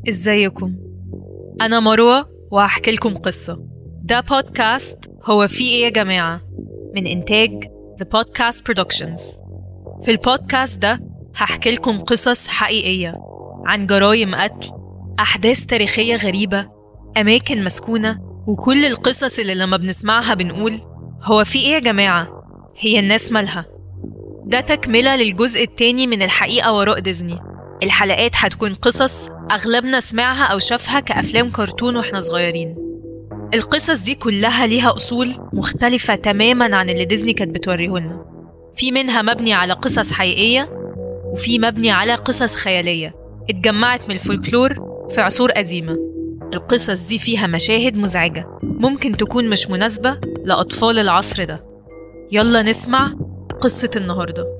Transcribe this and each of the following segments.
ازيكم؟ أنا مروة وهحكي لكم قصة. ده بودكاست هو في إيه يا جماعة؟ من إنتاج The Podcast Productions. في البودكاست ده هحكي لكم قصص حقيقية عن جرائم قتل، أحداث تاريخية غريبة، أماكن مسكونة، وكل القصص اللي لما بنسمعها بنقول هو في إيه يا جماعة؟ هي الناس مالها؟ ده تكملة للجزء التاني من الحقيقة وراء ديزني. الحلقات هتكون قصص أغلبنا سمعها أو شافها كأفلام كرتون وإحنا صغيرين. القصص دي كلها ليها أصول مختلفة تماماً عن اللي ديزني كانت بتوريهولنا. في منها مبني على قصص حقيقية، وفي مبني على قصص خيالية اتجمعت من الفولكلور في عصور قديمة. القصص دي فيها مشاهد مزعجة ممكن تكون مش مناسبة لأطفال العصر ده. يلا نسمع قصة النهاردة.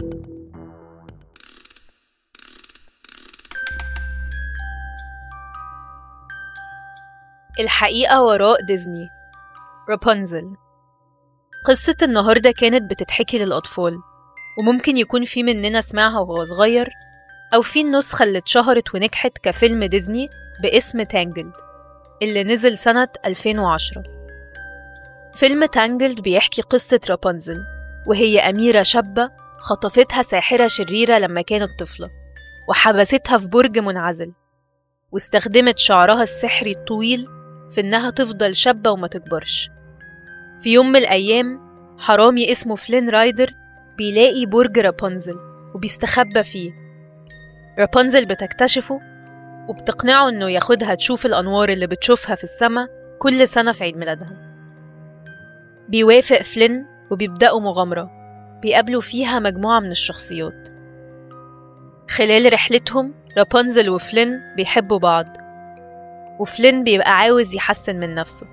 الحقيقة وراء ديزني. رابنزل. قصة النهاردة كانت بتتحكي للأطفال، وممكن يكون في مننا سمعها وهو صغير، أو في النسخة اللي اتشهرت ونجحت كفيلم ديزني باسم تانجلد اللي نزل سنة 2010. فيلم تانجلد بيحكي قصة رابنزل، وهي أميرة شابة خطفتها ساحرة شريرة لما كانت طفلة، وحبستها في برج منعزل، واستخدمت شعرها السحري الطويل في إنها تفضل شابة وما تكبرش. في يوم من الأيام حرامي اسمه فلين رايدر بيلاقي برج رابنزل وبيستخبى فيه. رابنزل بتكتشفه وبتقنعه إنه ياخدها تشوف الأنوار اللي بتشوفها في السماء كل سنة في عيد ميلادها. بيوافق فلين وبيبدأوا مغامرة بيقابلوا فيها مجموعة من الشخصيات. خلال رحلتهم رابنزل وفلين بيحبوا بعض، وفلين بيبقى عاوز يحسن من نفسه،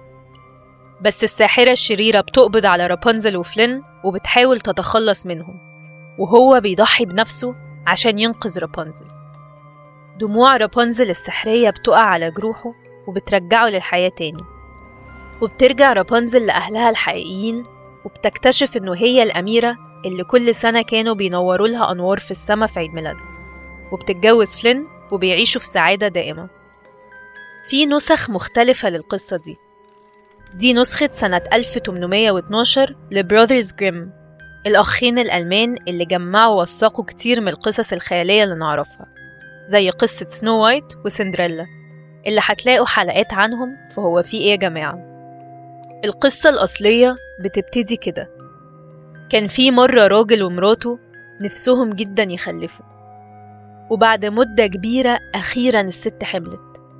بس الساحرة الشريرة بتقبض على رابنزل وفلين وبتحاول تتخلص منهم، وهو بيضحي بنفسه عشان ينقذ رابنزل. دموع رابنزل السحرية بتقع على جروحه وبترجعه للحياة تاني، وبترجع رابنزل لأهلها الحقيقيين، وبتكتشف إنه هي الأميرة اللي كل سنة كانوا بينوروا لها أنوار في السماء في عيد ميلادها، وبتتجوز فلين وبيعيشوا في سعادة دائمة. في نسخ مختلفة للقصة دي نسخة سنة 1812 لبراذرز جريم، الأخين الألمان اللي جمعوا ووثقوا كتير من القصص الخيالية اللي نعرفها، زي قصة سنو وايت وسندريلا اللي هتلاقوا حلقات عنهم فهو في إيه يا جماعة. القصة الأصلية بتبتدي كده: كان في مرة راجل ومراته نفسهم جدا يخلفوا، وبعد مدة كبيرة أخيرا الست حملت.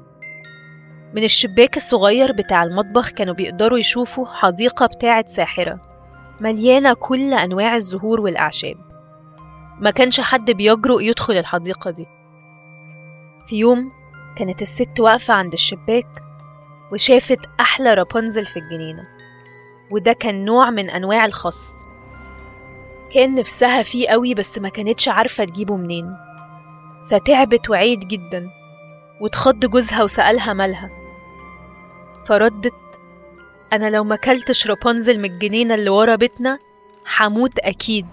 من الشباك الصغير بتاع المطبخ كانوا بيقدروا يشوفوا حديقة بتاعة ساحرة مليانة كل أنواع الزهور والأعشاب. ما كانش حد بيجرؤ يدخل الحديقة دي. في يوم كانت الست واقفة عند الشباك وشافت أحلى رابنزل في الجنينة، وده كان نوع من أنواع الخس. كان نفسها فيه قوي بس ما كانتش عارفة تجيبه منين، فتعبت وعيت جدا، وتخض جوزها وسألها مالها، فردت: أنا لو ما كلتش رابنزل من الجنينة اللي ورا بيتنا حموت أكيد.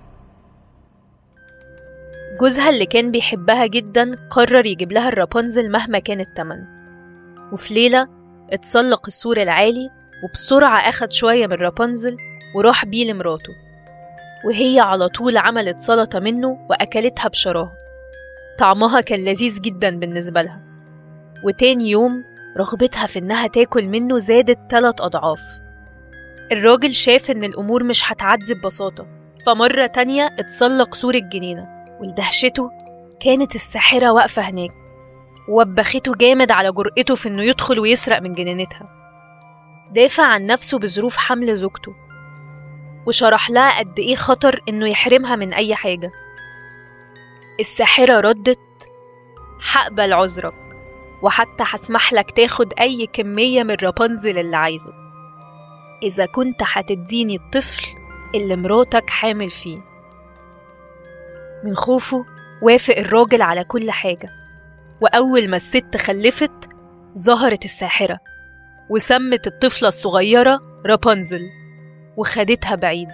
جوزها اللي كان بيحبها جدا قرر يجيب لها الرابنزل مهما كان التمن، وفي ليلة اتسلق السور العالي وبسرعة أخد شوية من رابنزل وراح بيه لمراته، وهي على طول عملت سلطة منه وأكلتها بشراهة. طعمها كان لذيذ جدا بالنسبة لها، وتاني يوم رغبتها في إنها تاكل منه زادت 3 أضعاف. الراجل شاف إن الأمور مش هتعدي ببساطة، فمرة تانية اتسلق سور الجنينة، ولدهشته كانت الساحرة واقفة هناك، ووبخته جامد على جرأته في إنه يدخل ويسرق من جنينتها. دافع عن نفسه بظروف حمل زوجته، وشرح لها قد إيه خطر إنه يحرمها من أي حاجة. الساحرة ردت: هقبل عذرك، وحتى هسمح لك تاخد أي كمية من رابنزل اللي عايزه، إذا كنت هتديني الطفل اللي مراتك حامل فيه. من خوفه وافق الراجل على كل حاجة، وأول ما الست خلفت ظهرت الساحرة وسمت الطفلة الصغيرة رابنزل وخدتها بعيد.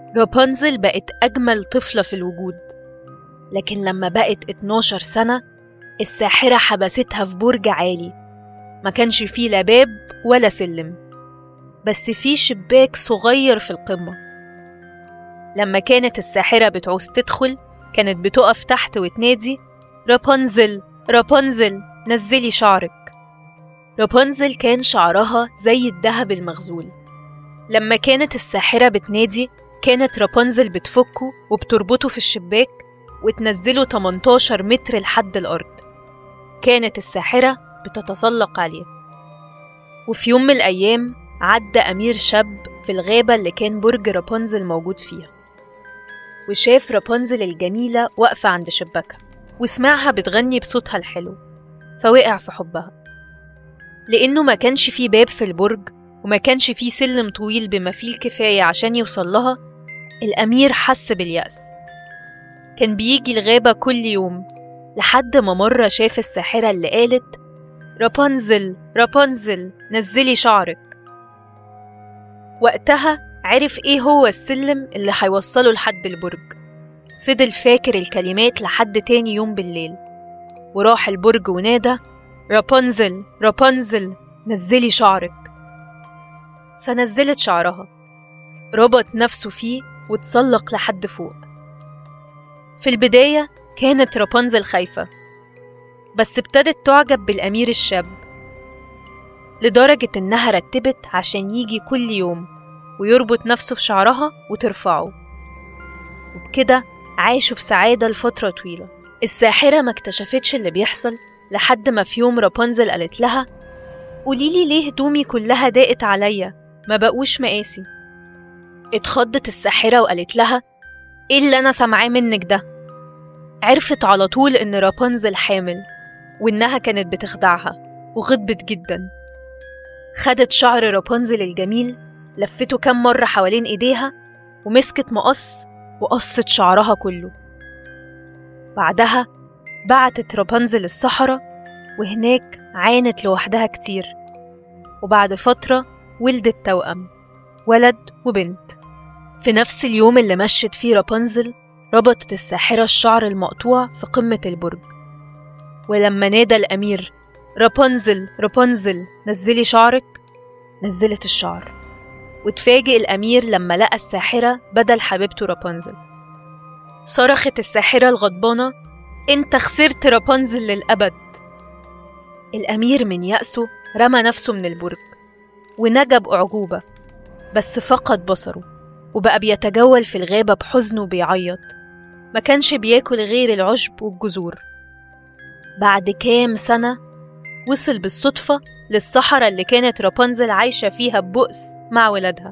رابنزل بقت أجمل طفلة في الوجود، لكن لما بقت 12 سنة الساحرة حبستها في برج عالي، ما كانش فيه لا باب ولا سلم، بس فيه شباك صغير في القمة. لما كانت الساحرة بتعوز تدخل كانت بتقف تحت وتنادي: رابنزل رابنزل نزلي شعرك. رابنزل كان شعرها زي الذهب المغزول. لما كانت الساحرة بتنادي كانت رابنزل بتفكه وبتربطه في الشباك وتنزله 18 متر لحد الأرض. كانت الساحرة بتتسلق عليه. وفي يوم من الأيام عدى أمير شاب في الغابة اللي كان برج رابنزل موجود فيها، وشاف رابنزل الجميلة واقفة عند شباكها وسمعها بتغني بصوتها الحلو، فوقع في حبها. لأنه ما كانش فيه باب في البرج وما كانش فيه سلم طويل بما فيه الكفاية عشان يوصل لها، الأمير حس باليأس. كان بيجي الغابة كل يوم لحد ما مرة شاف الساحرة اللي قالت: رابنزل رابنزل نزلي شعرك. وقتها عرف ايه هو السلم اللي هيوصله لحد البرج. فضل فاكر الكلمات لحد تاني يوم بالليل، وراح البرج ونادى: رابنزل رابنزل نزلي شعرك. فنزلت شعرها، ربط نفسه فيه وتسلق لحد فوق. في البداية كانت رابنزل خايفة، بس ابتدت تعجب بالأمير الشاب، لدرجة إنها رتبت عشان يجي كل يوم ويربط نفسه في شعرها وترفعه. وبكده عاشوا في سعادة لفترة طويلة. الساحرة ما اكتشفتش اللي بيحصل لحد ما في يوم رابنزل قالت لها: قوليلي ليه هدومي كلها ضاقت عليا، ما بقوش مقاسي. اتخضت الساحرة وقالت لها: ايه اللي أنا سمعاه منك ده؟ عرفت على طول إن رابنزل حامل وإنها كانت بتخدعها، وغضبت جدا. خدت شعر رابنزل الجميل لفته كم مرة حوالين إيديها ومسكت مقص وقصت شعرها كله. بعدها بعتت رابنزل الصحراء، وهناك عانت لوحدها كتير، وبعد فترة ولدت توأم، ولد وبنت. في نفس اليوم اللي مشت فيه رابنزل ربطت الساحرة الشعر المقطوع في قمة البرج، ولما نادى الأمير: رابنزل رابنزل نزلي شعرك، نزلت الشعر. وتفاجئ الأمير لما لقى الساحرة بدل حبيبته رابنزل. صرخت الساحرة الغضبانة: انت خسرت رابنزل للأبد. الأمير من يأسه رمى نفسه من البرج ونجا بأعجوبة، بس فقد بصره وبقى بيتجول في الغابة بحزن وبيعيط. ما كانش بياكل غير العشب والجذور. بعد كام سنة وصل بالصدفة للصحراء اللي كانت رابنزل عايشة فيها ببؤس مع ولادها.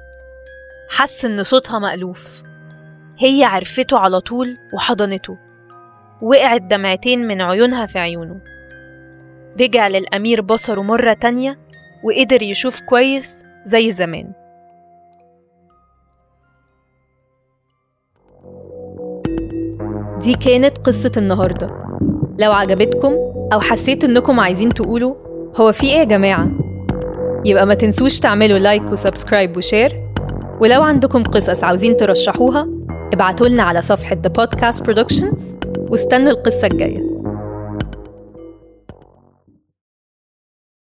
حس إن صوتها مألوف. هي عرفته على طول وحضنته، وقعت دمعتين من عيونها في عيونه. رجع للأمير بصره مرة تانية وقدر يشوف كويس زي زمان. دي كانت قصة النهاردة. لو عجبتكم أو حسيت إنكم عايزين تقولوا هو في إيه يا جماعة، يبقى ما تنسوش تعملوا لايك وسبسكرايب وشير. ولو عندكم قصص عاوزين ترشحوها ابعتولنا على صفحة The Podcast Productions، واستنوا القصة الجاية.